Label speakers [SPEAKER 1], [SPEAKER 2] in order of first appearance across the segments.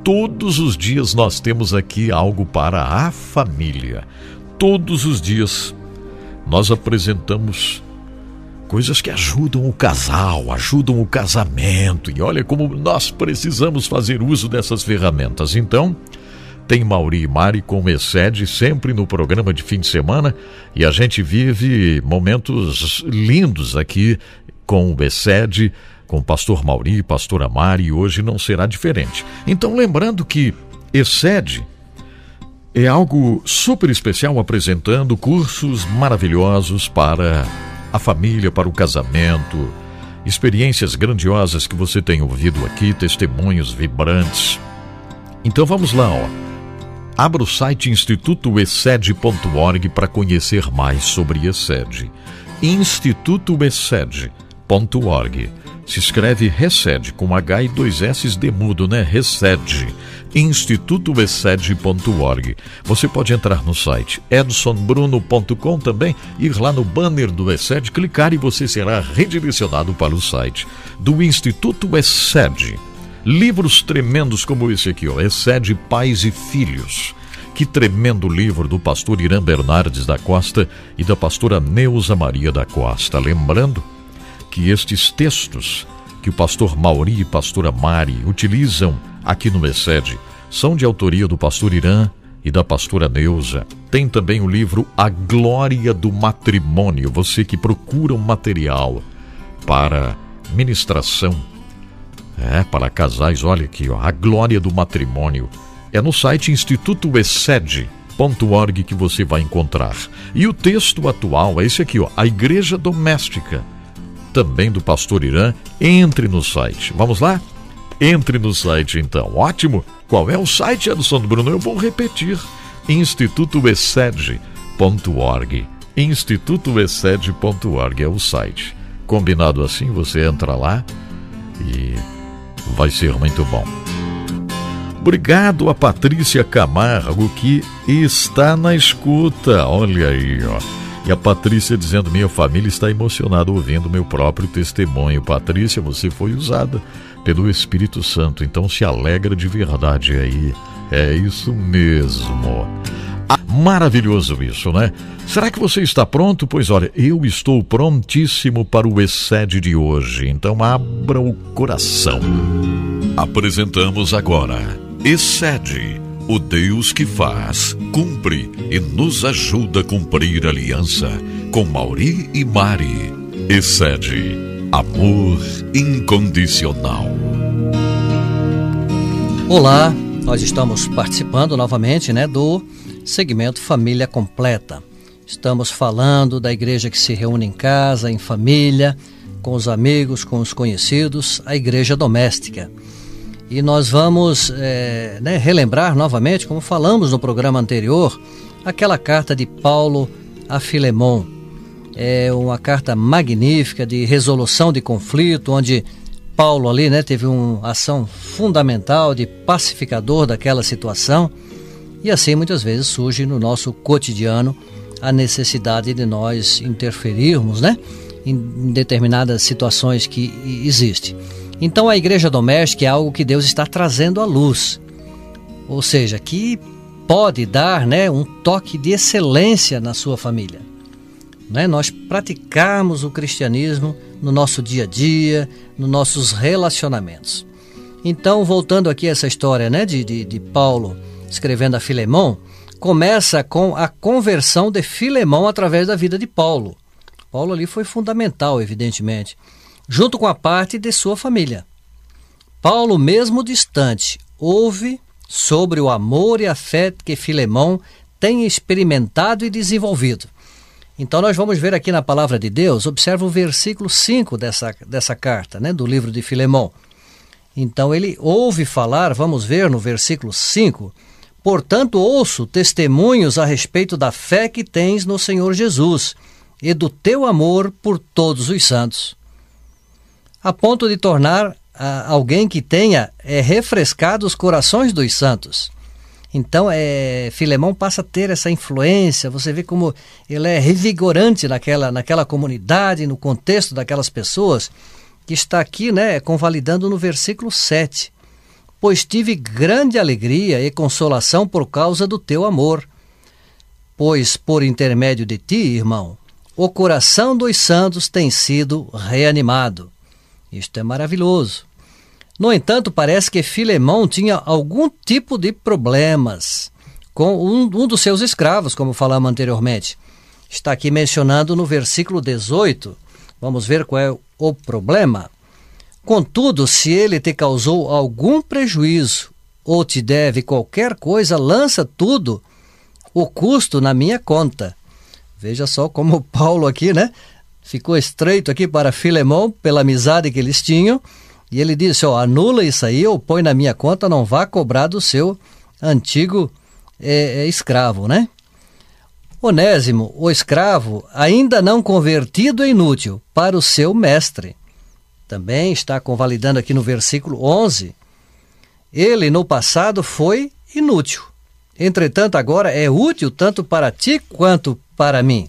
[SPEAKER 1] todos os dias nós temos aqui algo para a família. Todos os dias nós apresentamos coisas que ajudam o casal, ajudam o casamento. E olha como nós precisamos fazer uso dessas ferramentas. Então, tem Mauri e Mari com o Excede sempre no programa de fim de semana. E a gente vive momentos lindos aqui com o Excede, com o pastor Mauri e pastora Mari. E hoje não será diferente. Então, lembrando que Excede é algo super especial, apresentando cursos maravilhosos para a família, para o casamento, experiências grandiosas que você tem ouvido aqui, testemunhos vibrantes. Então vamos lá, abra o site institutoexcede.org para conhecer mais sobre Excede. institutoexcede.org. Se escreve Recede com H e 2 S de mudo, né? Recede. institutoexcede.org. Você pode entrar no site edsonbruno.com também, ir lá no banner do Excede, clicar e você será redirecionado para o site do Instituto Excede. Livros tremendos como esse aqui, Excede Pais e Filhos. Que tremendo livro do pastor Irã Bernardes da Costa e da pastora Neuza Maria da Costa. Lembrando que estes textos que o pastor Mauri e pastora Mari utilizam aqui no Excede são de autoria do pastor Irã e da pastora Neuza. Tem também o livro A Glória do Matrimônio. Você que procura um material para ministração, para casais, olha aqui, A Glória do Matrimônio. É no site institutoexcede.org que você vai encontrar. E o texto atual é esse aqui, A Igreja Doméstica, também do pastor Irã. Entre no site. Vamos lá? Entre no site então. Ótimo! Qual é o site, Edson Bruno? Eu vou repetir. institutoexcede.org. institutoexcede.org é o site. Combinado assim? Você entra lá e vai ser muito bom. Obrigado a Patrícia Camargo, que está na escuta. Olha aí, E a Patrícia dizendo, minha família está emocionada ouvindo meu próprio testemunho. Patrícia, você foi usada pelo Espírito Santo, então se alegra de verdade aí. É isso mesmo. Maravilhoso isso, né? Será que você está pronto? Pois olha, eu estou prontíssimo para o Excede de hoje. Então abra o coração. Apresentamos agora Excede. O Deus que faz, cumpre e nos ajuda a cumprir a aliança com Mauri e Mari. Excede. Amor incondicional.
[SPEAKER 2] Olá, nós estamos participando novamente, do segmento Família Completa. Estamos falando da igreja que se reúne em casa, em família, com os amigos, com os conhecidos, a igreja doméstica. E nós vamos relembrar novamente, como falamos no programa anterior, aquela carta de Paulo a Filemon. É uma carta magnífica de resolução de conflito, onde Paulo ali teve uma ação fundamental de pacificador daquela situação. E assim muitas vezes surge no nosso cotidiano a necessidade de nós interferirmos em determinadas situações que existem. Então a igreja doméstica é algo que Deus está trazendo à luz, ou seja, que pode dar um toque de excelência na sua família. Nós praticarmos o cristianismo no nosso dia a dia, nos nossos relacionamentos. Então, voltando aqui a essa história de Paulo escrevendo a Filemon, começa com a conversão de Filemon através da vida de Paulo. Paulo ali foi fundamental, evidentemente, junto com a parte de sua família. Paulo, mesmo distante, ouve sobre o amor e a fé que Filemon tem experimentado e desenvolvido. Então nós vamos ver aqui na palavra de Deus, observa o versículo 5 dessa carta, do livro de Filemon. Então ele ouve falar, vamos ver no versículo 5, portanto ouço testemunhos a respeito da fé que tens no Senhor Jesus e do teu amor por todos os santos, a ponto de tornar alguém que tenha refrescado os corações dos santos. Então, Filemon passa a ter essa influência, você vê como ele é revigorante naquela comunidade, no contexto daquelas pessoas, que está aqui, convalidando no versículo 7. pois tive grande alegria e consolação por causa do teu amor. Pois, por intermédio de ti, irmão, o coração dos santos tem sido reanimado. Isto é maravilhoso. No entanto, parece que Filemão tinha algum tipo de problemas com um dos seus escravos, como falamos anteriormente. Está aqui mencionando no versículo 18. Vamos ver qual é o problema. Contudo, se ele te causou algum prejuízo ou te deve qualquer coisa, lança tudo o custo na minha conta. Veja só como Paulo aqui, né? Ficou estreito aqui para Filemão pela amizade que eles tinham. E ele disse, anula isso aí ou põe na minha conta, não vá cobrar do seu antigo escravo, né? Onésimo, o escravo, ainda não convertido e inútil para o seu mestre. Também está convalidando aqui no versículo 11. Ele no passado foi inútil. Entretanto, agora é útil tanto para ti quanto para mim.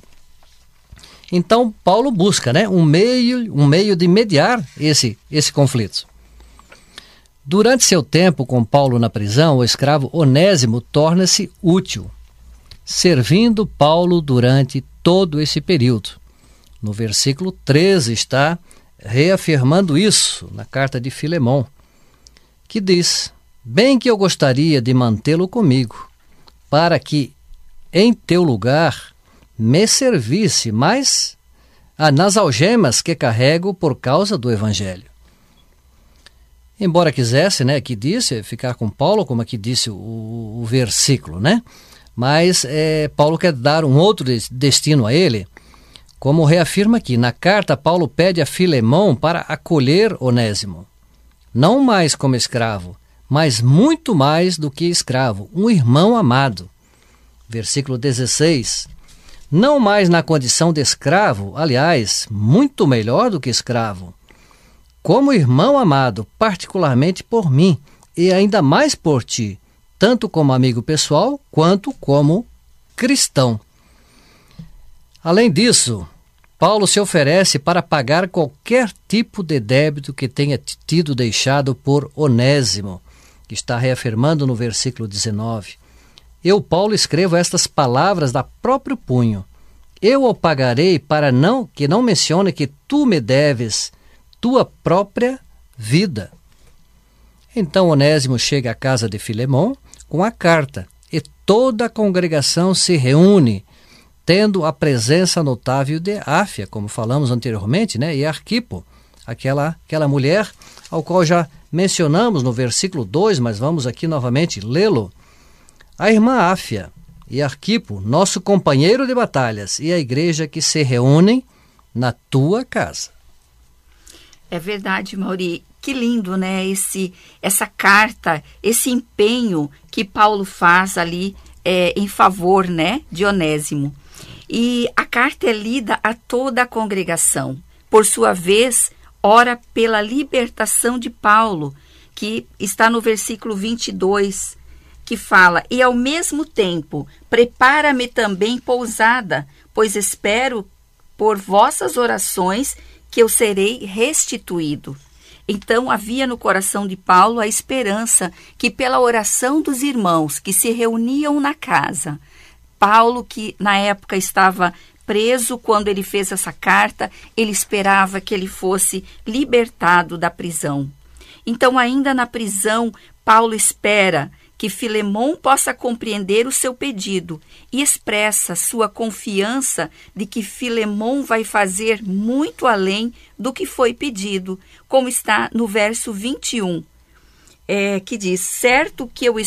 [SPEAKER 2] Então, Paulo busca, né, um meio de mediar esse conflito. Durante seu tempo com Paulo na prisão, o escravo Onésimo torna-se útil, servindo Paulo durante todo esse período. No versículo 13 está reafirmando isso na carta de Filemão, que diz, bem que eu gostaria de mantê-lo comigo, para que em teu lugar me servisse mais nas algemas que carrego por causa do Evangelho. Embora quisesse, né, aqui disse, ficar com Paulo, como aqui disse o versículo, né? Mas Paulo quer dar um outro destino a ele, como reafirma aqui. Na carta, Paulo pede a Filemão para acolher Onésimo, não mais como escravo, mas muito mais do que escravo, um irmão amado. Versículo 16. Não mais na condição de escravo, aliás, muito melhor do que escravo, como irmão amado, particularmente por mim, e ainda mais por ti, tanto como amigo pessoal, quanto como cristão. Além disso, Paulo se oferece para pagar qualquer tipo de débito que tenha tido deixado por Onésimo, que está reafirmando no versículo 19. Eu, Paulo, escrevo estas palavras da próprio punho. Eu o pagarei para que não mencione que tu me deves tua própria vida. Então Onésimo chega à casa de Filemão com a carta e toda a congregação se reúne, tendo a presença notável de Áfia, como falamos anteriormente, né? E Arquipo, aquela mulher ao qual já mencionamos no versículo 2, mas vamos aqui novamente lê-lo. A irmã Áfia e Arquipo, nosso companheiro de batalhas, e a igreja que se reúnem na tua casa.
[SPEAKER 3] É verdade, Mauri. Que lindo, né? Essa carta, esse empenho que Paulo faz ali em favor, né, de Onésimo. E a carta é lida a toda a congregação. Por sua vez, ora pela libertação de Paulo, que está no versículo 22, que fala, e ao mesmo tempo, prepara-me também pousada, pois espero por vossas orações que eu serei restituído. Então havia no coração de Paulo a esperança que pela oração dos irmãos que se reuniam na casa, Paulo, que na época estava preso quando ele fez essa carta, ele esperava que ele fosse libertado da prisão. Então, ainda na prisão, Paulo espera que Filemão possa compreender o seu pedido e expressa sua confiança de que Filemão vai fazer muito além do que foi pedido, como está no verso 21, que diz, certo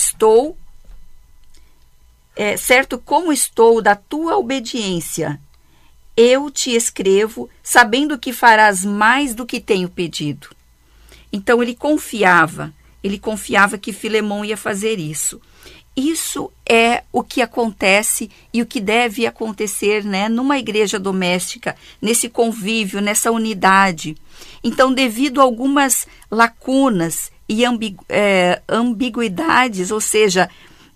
[SPEAKER 3] como estou da tua obediência, eu te escrevo, sabendo que farás mais do que tenho pedido. Então ele confiava que Filemão ia fazer isso. Isso é o que acontece e o que deve acontecer, né, numa igreja doméstica, nesse convívio, nessa unidade. Então, devido a algumas lacunas e ambiguidades, ou seja,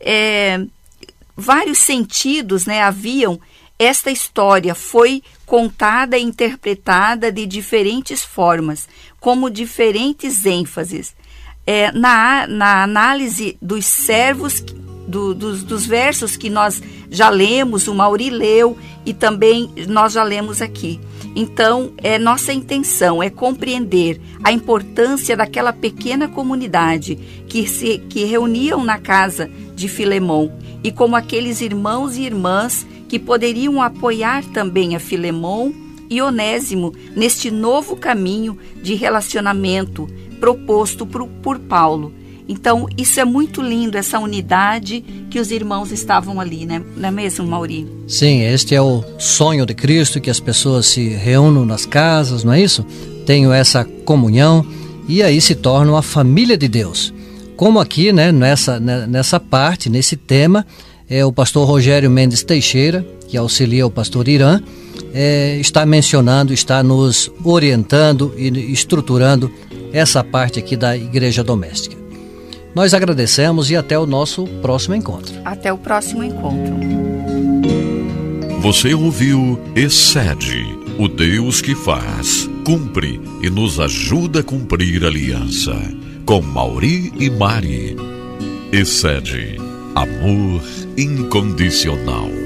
[SPEAKER 3] vários sentidos, né, haviam, esta história foi contada e interpretada de diferentes formas, como diferentes ênfases. na análise dos servos, dos versos que nós já lemos, o Mauri leu e também nós já lemos aqui. Então, nossa intenção é compreender a importância daquela pequena comunidade que reuniam na casa de Filemon, e como aqueles irmãos e irmãs que poderiam apoiar também a Filemon e Onésimo neste novo caminho de relacionamento proposto por Paulo. Então, isso é muito lindo, essa unidade que os irmãos estavam ali, né? Não é mesmo, Mauri?
[SPEAKER 2] Sim, este é o sonho de Cristo, que as pessoas se reúnam nas casas, não é isso? Tenham essa comunhão e aí se tornam a família de Deus. Como aqui, né, nessa parte, nesse tema, o pastor Rogério Mendes Teixeira, que auxilia o pastor Irã, está mencionando, está nos orientando e estruturando essa parte aqui da igreja doméstica. Nós agradecemos e até o nosso próximo encontro.
[SPEAKER 3] Até o próximo encontro.
[SPEAKER 1] Você ouviu Excede, o Deus que faz, cumpre e nos ajuda a cumprir a aliança. Com Mauri e Mari. Excede, amor incondicional.